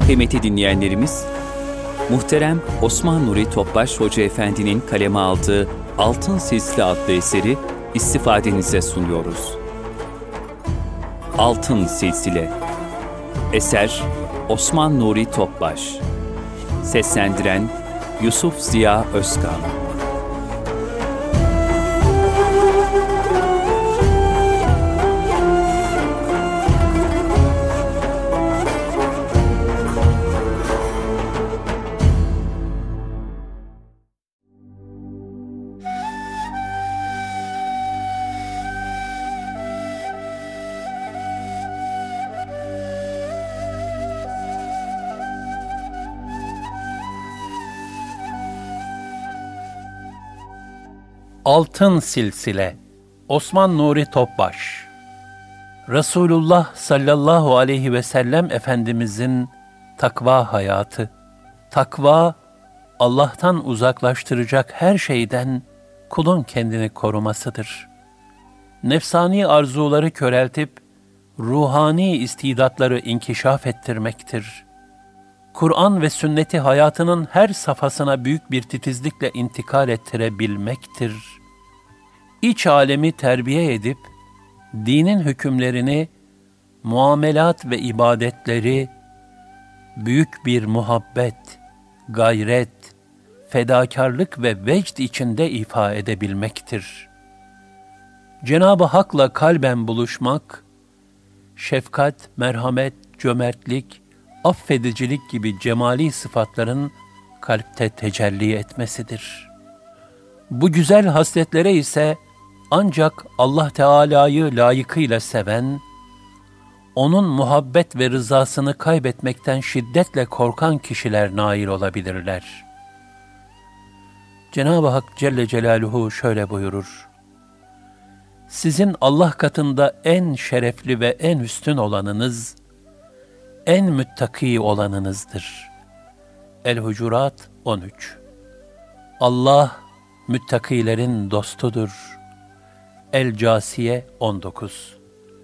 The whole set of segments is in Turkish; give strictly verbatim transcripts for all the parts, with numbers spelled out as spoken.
Kıymetli dinleyenlerimiz, muhterem Osman Nuri Topbaş Hoca Efendi'nin kaleme aldığı Altın Silsile adlı eseri istifadenize sunuyoruz. Altın Silsile. Eser Osman Nuri Topbaş. Seslendiren Yusuf Ziya Özkan. Altın Silsile. Osman Nuri Topbaş. Resulullah sallallahu aleyhi ve sellem Efendimizin takva hayatı. Takva, Allah'tan uzaklaştıracak her şeyden kulun kendini korumasıdır. Nefsani arzuları köreltip, ruhani istidatları inkişaf ettirmektir. Kur'an ve sünneti hayatının her safhasına büyük bir titizlikle intikal ettirebilmektir. İç alemi terbiye edip, dinin hükümlerini, muamelat ve ibadetleri, büyük bir muhabbet, gayret, fedakarlık ve vecd içinde ifa edebilmektir. Cenab-ı Hak'la kalben buluşmak, şefkat, merhamet, cömertlik, affedicilik gibi cemali sıfatların kalpte tecelli etmesidir. Bu güzel hasletlere ise ancak Allah Teala'yı layıkıyla seven, onun muhabbet ve rızasını kaybetmekten şiddetle korkan kişiler nail olabilirler. Cenab-ı Hak Celle Celaluhu şöyle buyurur: Sizin Allah katında en şerefli ve en üstün olanınız, en müttaki olanınızdır. El-Hucurat on üç. Allah, müttakilerin dostudur. El-Câsiye on dokuz.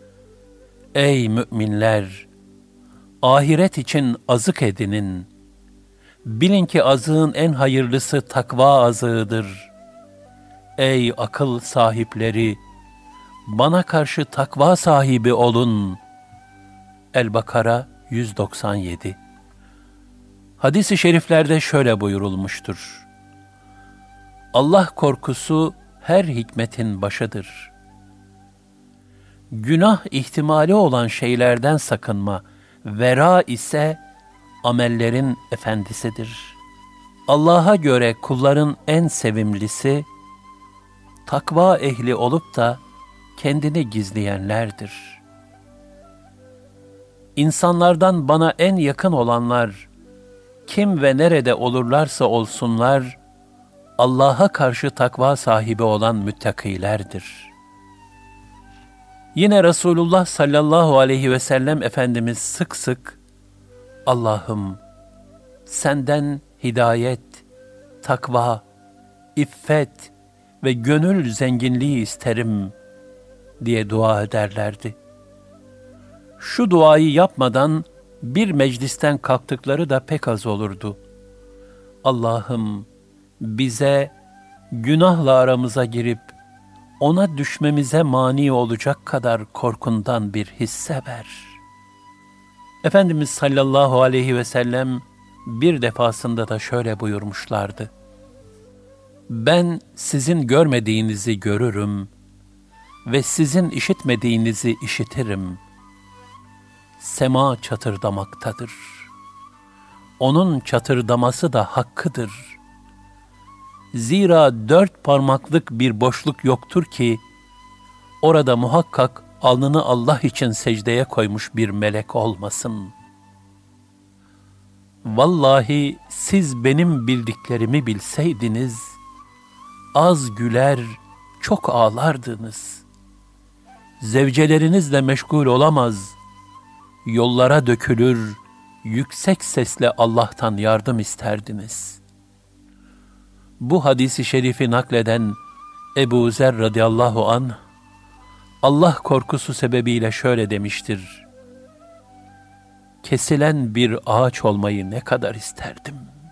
Ey müminler! Ahiret için azık edinin. Bilin ki azığın en hayırlısı takva azığıdır. Ey akıl sahipleri! Bana karşı takva sahibi olun. El-Bakara yüz doksan yedi. Hadis-i şeriflerde şöyle buyurulmuştur: Allah korkusu her hikmetin başıdır. Günah ihtimali olan şeylerden sakınma, vera ise amellerin efendisidir. Allah'a göre kulların en sevimlisi, takva ehli olup da kendini gizleyenlerdir. İnsanlardan bana en yakın olanlar, kim ve nerede olurlarsa olsunlar, Allah'a karşı takva sahibi olan müttakilerdir. Yine Resulullah sallallahu aleyhi ve sellem Efendimiz sık sık, Allah'ım senden hidayet, takva, iffet ve gönül zenginliği isterim diye dua ederlerdi. Şu duayı yapmadan bir meclisten kalktıkları da pek az olurdu. Allah'ım bize günahla aramıza girip ona düşmemize mani olacak kadar korkundan bir hisse ver. Efendimiz sallallahu aleyhi ve sellem bir defasında da şöyle buyurmuşlardı: Ben sizin görmediğinizi görürüm ve sizin işitmediğinizi işitirim. Sema çatırdamaktadır. Onun çatırdaması da hakkıdır. Zira dört parmaklık bir boşluk yoktur ki, orada muhakkak alnını Allah için secdeye koymuş bir melek olmasın. Vallahi siz benim bildiklerimi bilseydiniz, az güler, çok ağlardınız. Zevcelerinizle meşgul olamaz, yollara dökülür, yüksek sesle Allah'tan yardım isterdiniz. Bu hadisi şerifi nakleden Ebu Zer radıyallahu anh, Allah korkusu sebebiyle şöyle demiştir: kesilen bir ağaç olmayı ne kadar isterdim.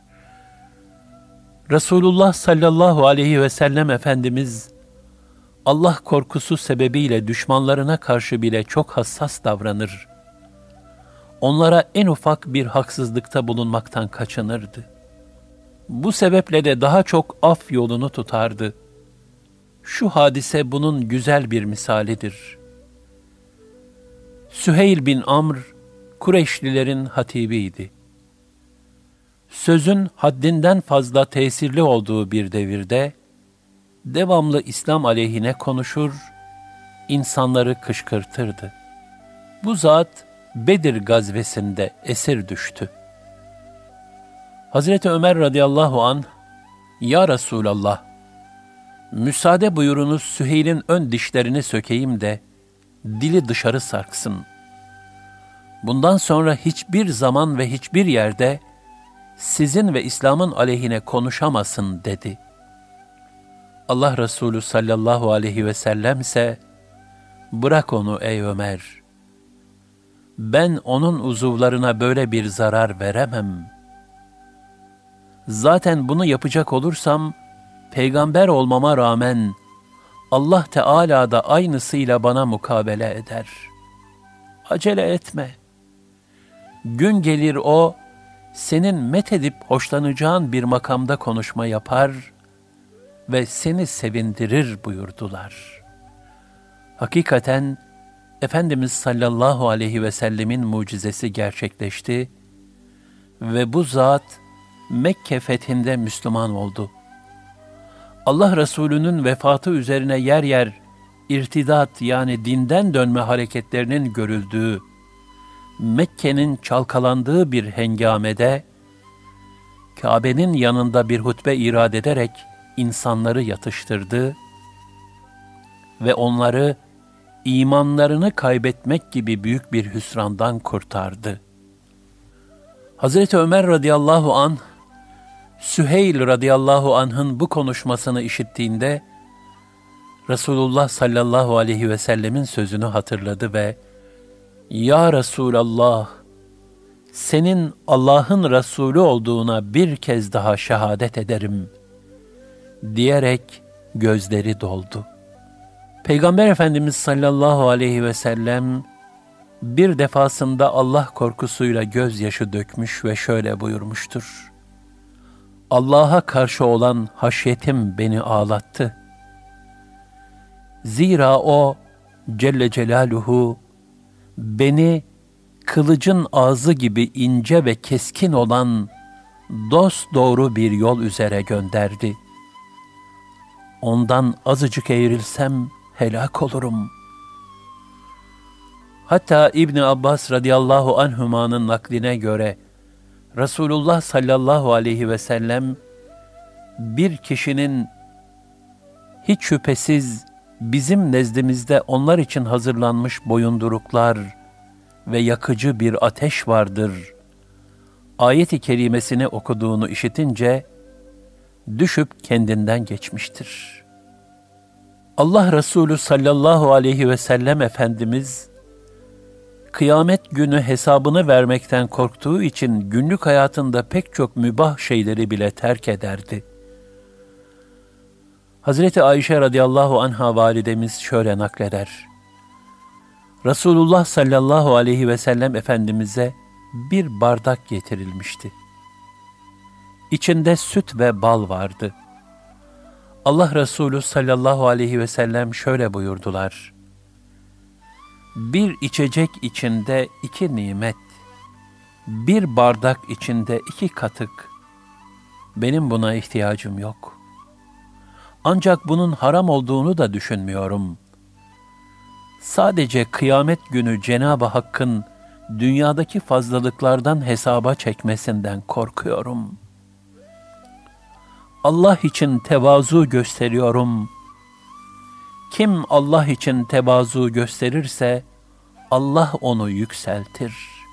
Resulullah sallallahu aleyhi ve sellem Efendimiz, Allah korkusu sebebiyle düşmanlarına karşı bile çok hassas davranır. Onlara en ufak bir haksızlıkta bulunmaktan kaçınırdı. Bu sebeple de daha çok af yolunu tutardı. Şu hadise bunun güzel bir misalidir. Süheyl bin Amr, Kureyşlilerin hatibiydi. Sözün haddinden fazla tesirli olduğu bir devirde, devamlı İslam aleyhine konuşur, insanları kışkırtırdı. Bu zat, Bedir gazvesinde esir düştü. Hazreti Ömer radıyallahu anh, "Ya Resulallah, müsaade buyurunuz Süheyl'in ön dişlerini sökeyim de, dili dışarı sarksın. Bundan sonra hiçbir zaman ve hiçbir yerde, sizin ve İslam'ın aleyhine konuşamasın," dedi. Allah Resulü sallallahu aleyhi ve sellem ise, "Bırak onu ey Ömer. Ben onun uzuvlarına böyle bir zarar veremem. Zaten bunu yapacak olursam, peygamber olmama rağmen Allah Teala da aynısıyla bana mukabele eder. Acele etme. Gün gelir o, senin methedip hoşlanacağın bir makamda konuşma yapar ve seni sevindirir," buyurdular. Hakikaten Efendimiz sallallahu aleyhi ve sellemin mucizesi gerçekleşti ve bu zat Mekke fethinde Müslüman oldu. Allah Resulü'nün vefatı üzerine yer yer irtidat yani dinden dönme hareketlerinin görüldüğü, Mekke'nin çalkalandığı bir hengamede, Kabe'nin yanında bir hutbe irad ederek insanları yatıştırdı ve onları imanlarını kaybetmek gibi büyük bir hüsrandan kurtardı. Hazreti Ömer radıyallahu anh, Süheyl radıyallahu anh'ın bu konuşmasını işittiğinde, Resulullah sallallahu aleyhi ve sellemin sözünü hatırladı ve, "Ya Resulallah, senin Allah'ın Resulü olduğuna bir kez daha şehadet ederim," diyerek gözleri doldu. Peygamber Efendimiz sallallahu aleyhi ve sellem, bir defasında Allah korkusuyla gözyaşı dökmüş ve şöyle buyurmuştur: "Allah'a karşı olan haşyetim beni ağlattı. Zira O Celle Celaluhu beni kılıcın ağzı gibi ince ve keskin olan dosdoğru bir yol üzere gönderdi. Ondan azıcık eğrilsem helak olurum." Hatta İbn Abbas radıyallahu anhuma'nın nakline göre Resulullah sallallahu aleyhi ve sellem bir kişinin hiç şüphesiz bizim nezdimizde onlar için hazırlanmış boyunduruklar ve yakıcı bir ateş vardır ayet-i kerimesini okuduğunu işitince düşüp kendinden geçmiştir. Allah Resulü sallallahu aleyhi ve sellem Efendimiz, kıyamet günü hesabını vermekten korktuğu için günlük hayatında pek çok mübah şeyleri bile terk ederdi. Hazreti Ayşe radıyallahu anha validemiz şöyle nakleder: Resulullah sallallahu aleyhi ve sellem Efendimiz'e bir bardak getirilmişti. İçinde süt ve bal vardı. Allah Resulü sallallahu aleyhi ve sellem şöyle buyurdular: bir içecek içinde iki nimet, bir bardak içinde iki katık. Benim buna ihtiyacım yok. Ancak bunun haram olduğunu da düşünmüyorum. Sadece kıyamet günü Cenab-ı Hakk'ın dünyadaki fazlalıklardan hesaba çekmesinden korkuyorum. Allah için tevazu gösteriyorum. Kim Allah için tevazu gösterirse, Allah onu yükseltir.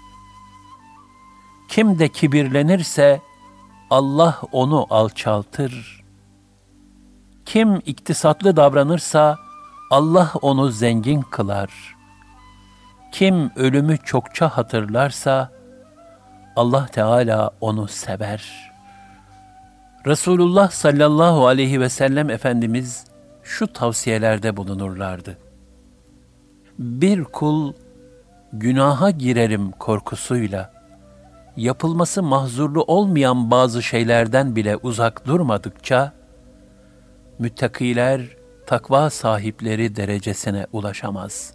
Kim de kibirlenirse, Allah onu alçaltır. Kim iktisatlı davranırsa, Allah onu zengin kılar. Kim ölümü çokça hatırlarsa, Allah Teala onu sever. Resulullah sallallahu aleyhi ve sellem Efendimiz şu tavsiyelerde bulunurlardı. Bir kul günaha girerim korkusuyla, yapılması mahzurlu olmayan bazı şeylerden bile uzak durmadıkça, müttakiler, takva sahipleri derecesine ulaşamaz.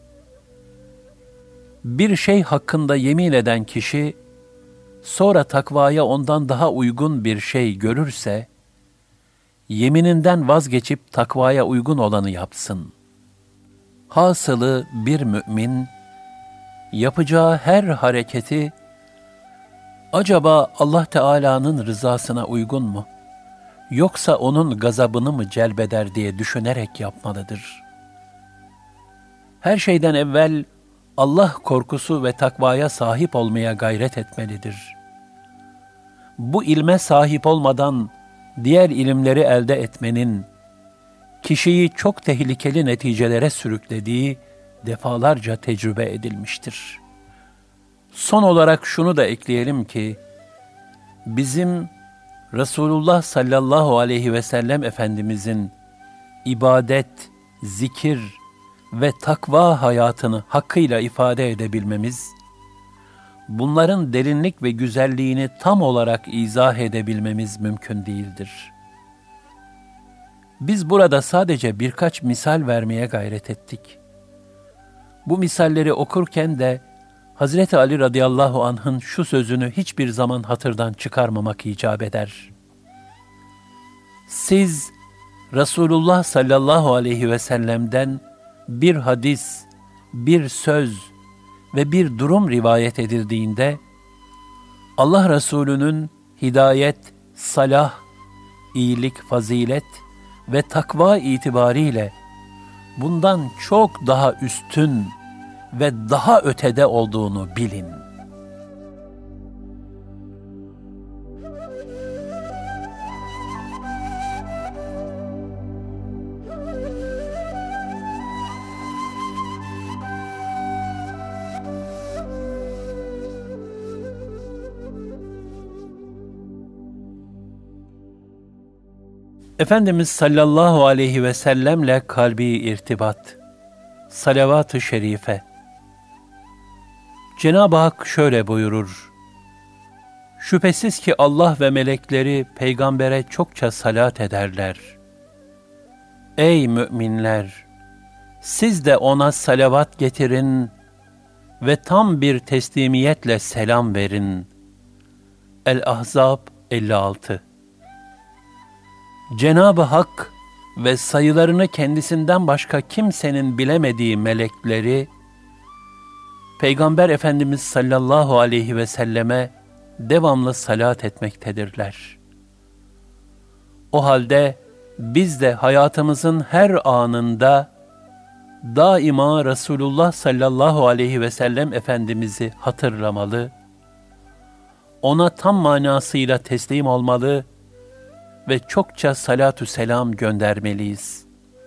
Bir şey hakkında yemin eden kişi, sonra takvaya ondan daha uygun bir şey görürse, yemininden vazgeçip takvaya uygun olanı yapsın. Hasılı bir mümin, yapacağı her hareketi, acaba Allah Teala'nın rızasına uygun mu, yoksa onun gazabını mı celbeder diye düşünerek yapmalıdır. Her şeyden evvel Allah korkusu ve takvaya sahip olmaya gayret etmelidir. Bu ilme sahip olmadan diğer ilimleri elde etmenin, kişiyi çok tehlikeli neticelere sürüklediği defalarca tecrübe edilmiştir. Son olarak şunu da ekleyelim ki, bizim Resulullah sallallahu aleyhi ve sellem Efendimizin ibadet, zikir ve takva hayatını hakkıyla ifade edebilmemiz, bunların derinlik ve güzelliğini tam olarak izah edebilmemiz mümkün değildir. Biz burada sadece birkaç misal vermeye gayret ettik. Bu misalleri okurken de Hazreti Ali radıyallahu anh'ın şu sözünü hiçbir zaman hatırdan çıkarmamak icap eder. Siz Resulullah sallallahu aleyhi ve sellem'den bir hadis, bir söz ve bir durum rivayet edildiğinde, Allah Resulü'nün hidayet, salah, iyilik, fazilet ve takva itibariyle bundan çok daha üstün ve daha ötede olduğunu bilin. Efendimiz sallallahu aleyhi ve sellemle kalbi irtibat, salavat-ı şerife. Cenab-ı Hak şöyle buyurur: şüphesiz ki Allah ve melekleri peygambere çokça salat ederler. Ey müminler! Siz de ona salavat getirin ve tam bir teslimiyetle selam verin. El-Ahzab elli altı. Cenab-ı Hak ve sayılarını kendisinden başka kimsenin bilemediği melekleri, Peygamber Efendimiz sallallahu aleyhi ve selleme devamlı salat etmektedirler. O halde biz de hayatımızın her anında daima Resulullah sallallahu aleyhi ve sellem Efendimiz'i hatırlamalı, ona tam manasıyla teslim olmalı ve çokça salatu selam göndermeliyiz.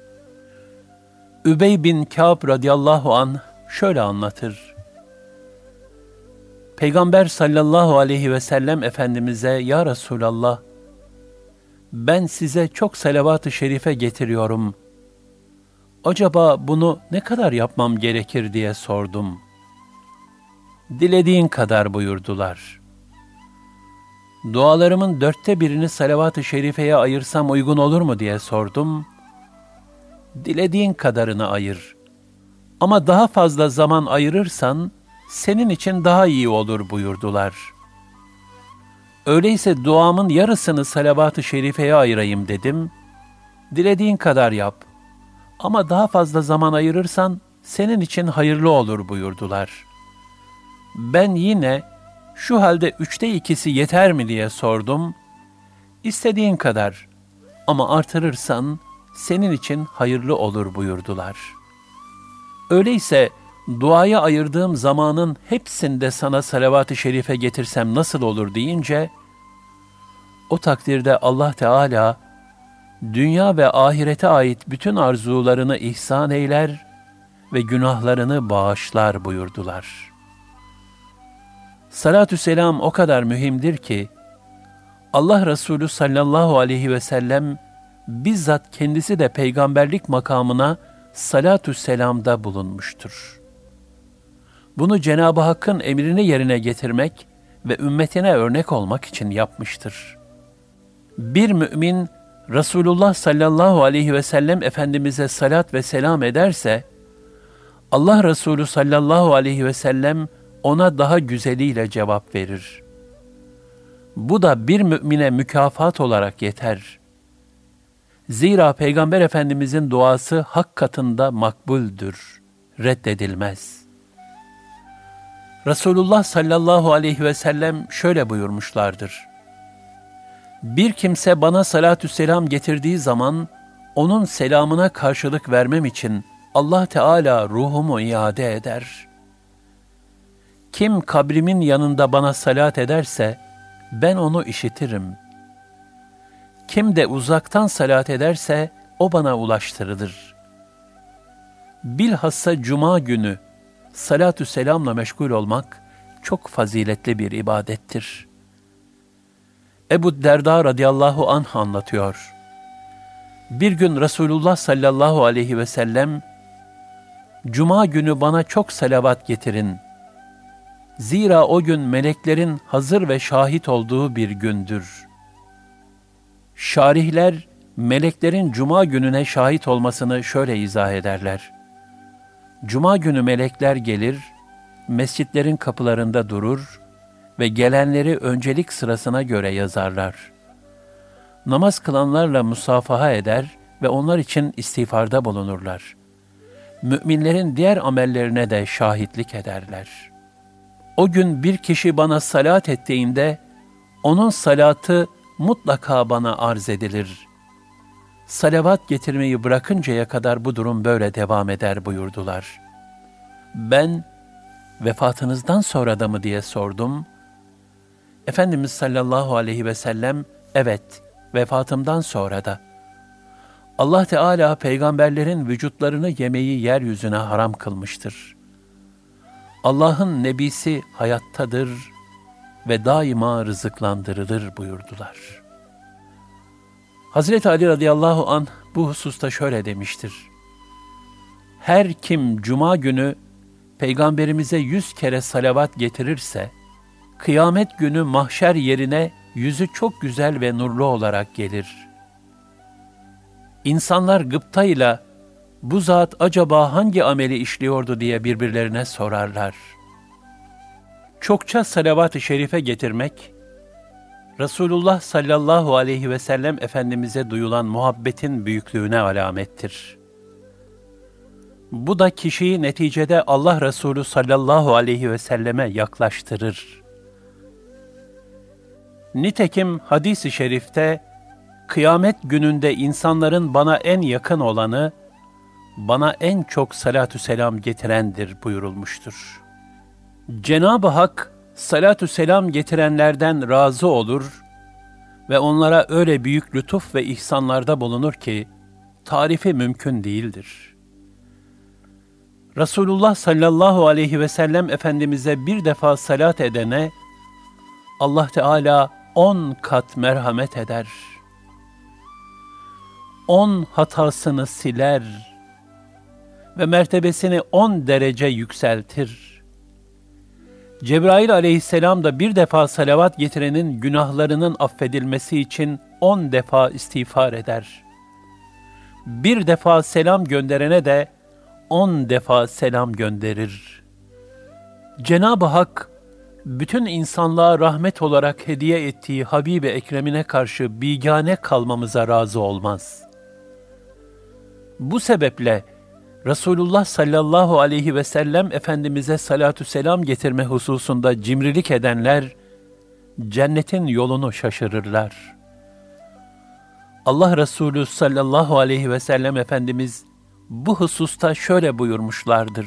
Übey bin Kâb radıyallahu anh şöyle anlatır: Peygamber sallallahu aleyhi ve sellem Efendimiz'e, ya Resulallah, ben size çok salavat-ı şerife getiriyorum. Acaba bunu ne kadar yapmam gerekir diye sordum. Dilediğin kadar buyurdular. Dualarımın dörtte birini salavat-ı şerifeye ayırsam uygun olur mu diye sordum. Dilediğin kadarını ayır. Ama daha fazla zaman ayırırsan senin için daha iyi olur buyurdular. Öyleyse duamın yarısını salavat-ı şerifeye ayırayım dedim. Dilediğin kadar yap. Ama daha fazla zaman ayırırsan senin için hayırlı olur buyurdular. Ben yine şu halde üçte ikisi yeter mi diye sordum. İstediğin kadar ama artırırsan senin için hayırlı olur buyurdular. Öyleyse duaya ayırdığım zamanın hepsinde sana salavat-ı şerife getirsem nasıl olur deyince, o takdirde Allah Teala dünya ve ahirete ait bütün arzularını ihsan eyler ve günahlarını bağışlar buyurdular. Salatü selam o kadar mühimdir ki, Allah Resulü sallallahu aleyhi ve sellem bizzat kendisi de peygamberlik makamına salatü selamda bulunmuştur. Bunu Cenab-ı Hakk'ın emrini yerine getirmek ve ümmetine örnek olmak için yapmıştır. Bir mümin, Resulullah sallallahu aleyhi ve sellem Efendimiz'e salat ve selam ederse, Allah Resulü sallallahu aleyhi ve sellem ona daha güzeliyle cevap verir. Bu da bir mümine mükafat olarak yeter. Zira Peygamber Efendimizin duası hak katında makbuldür, reddedilmez. Resulullah sallallahu aleyhi ve sellem şöyle buyurmuşlardır. Bir kimse bana salatü selam getirdiği zaman, onun selamına karşılık vermem için Allah Teala ruhumu iade eder. Kim kabrimin yanında bana salat ederse, ben onu işitirim. Kim de uzaktan salat ederse, o bana ulaştırılır. Bilhassa cuma günü, salatü selamla meşgul olmak, çok faziletli bir ibadettir. Ebu Derda radıyallahu anh anlatıyor. Bir gün Resulullah sallallahu aleyhi ve sellem, Cuma günü bana çok salavat getirin. Zira o gün meleklerin hazır ve şahit olduğu bir gündür. Şarihler, meleklerin Cuma gününe şahit olmasını şöyle izah ederler. Cuma günü melekler gelir, mescitlerin kapılarında durur ve gelenleri öncelik sırasına göre yazarlar. Namaz kılanlarla musafaha eder ve onlar için istiğfarda bulunurlar. Müminlerin diğer amellerine de şahitlik ederler. O gün bir kişi bana salat ettiğinde, onun salatı mutlaka bana arz edilir. Salavat getirmeyi bırakıncaya kadar bu durum böyle devam eder buyurdular. Ben, vefatınızdan sonra da mı diye sordum. Efendimiz sallallahu aleyhi ve sellem, evet, vefatımdan sonra da. Allah Teala peygamberlerin vücutlarını yemeyi yeryüzüne haram kılmıştır. Allah'ın nebisi hayattadır ve daima rızıklandırılır buyurdular. Hazreti Ali radıyallahu anh bu hususta şöyle demiştir. Her kim cuma günü peygamberimize yüz kere salavat getirirse, kıyamet günü mahşer yerine yüzü çok güzel ve nurlu olarak gelir. İnsanlar gıptayla, bu zat acaba hangi ameli işliyordu diye birbirlerine sorarlar. Çokça salavat-ı şerife getirmek, Resulullah sallallahu aleyhi ve sellem Efendimiz'e duyulan muhabbetin büyüklüğüne alamettir. Bu da kişiyi neticede Allah Resulü sallallahu aleyhi ve selleme yaklaştırır. Nitekim hadis-i şerifte, kıyamet gününde insanların bana en yakın olanı, bana en çok salatü selam getirendir buyurulmuştur. Cenab-ı Hak, salatü selam getirenlerden razı olur ve onlara öyle büyük lütuf ve ihsanlarda bulunur ki, tarifi mümkün değildir. Resulullah sallallahu aleyhi ve sellem Efendimiz'e bir defa salat edene, Allah Teala on kat merhamet eder. On hatasını siler ve mertebesini on derece yükseltir. Cebrail aleyhisselam da bir defa salavat getirenin günahlarının affedilmesi için on defa istiğfar eder. Bir defa selam gönderene de on defa selam gönderir. Cenab-ı Hak, bütün insanlığa rahmet olarak hediye ettiği Habib-i Ekrem'ine karşı bigane kalmamıza razı olmaz. Bu sebeple Resulullah sallallahu aleyhi ve sellem Efendimiz'e salatü selam getirme hususunda cimrilik edenler, cennetin yolunu şaşırırlar. Allah Resulü sallallahu aleyhi ve sellem Efendimiz bu hususta şöyle buyurmuşlardır.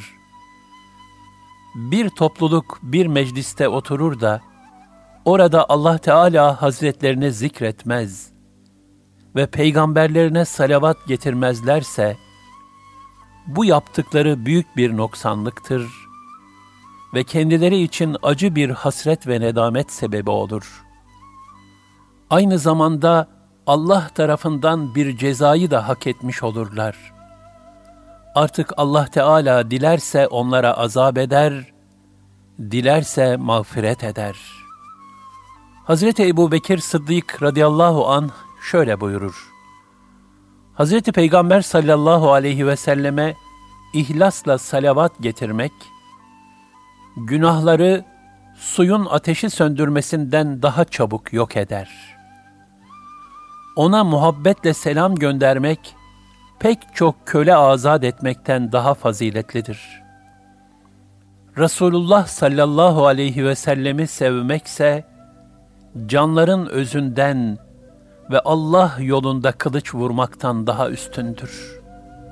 Bir topluluk bir mecliste oturur da, orada Allah Teala Hazretlerini zikretmez ve peygamberlerine salavat getirmezlerse, bu yaptıkları büyük bir noksanlıktır ve kendileri için acı bir hasret ve nedamet sebebi olur. Aynı zamanda Allah tarafından bir cezayı da hak etmiş olurlar. Artık Allah Teala dilerse onlara azap eder, dilerse mağfiret eder. Hazreti Ebubekir Sıddık radıyallahu anh şöyle buyurur: Hazreti Peygamber sallallahu aleyhi ve selleme ihlasla salavat getirmek, günahları suyun ateşi söndürmesinden daha çabuk yok eder. Ona muhabbetle selam göndermek, pek çok köle azat etmekten daha faziletlidir. Resulullah sallallahu aleyhi ve sellemi sevmekse, canların özünden ve Allah yolunda kılıç vurmaktan daha üstündür.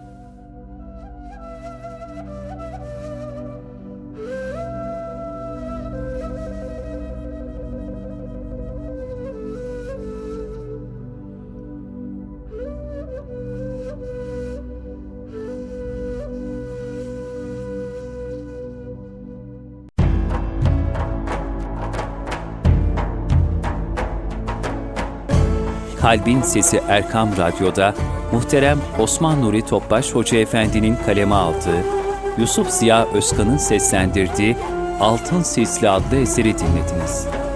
Kalbin Sesi Erkam Radyo'da muhterem Osman Nuri Topbaş Hoca Efendi'nin kaleme aldığı, Yusuf Ziya Özkan'ın seslendirdiği Altın Sisli adlı eseri dinlediniz.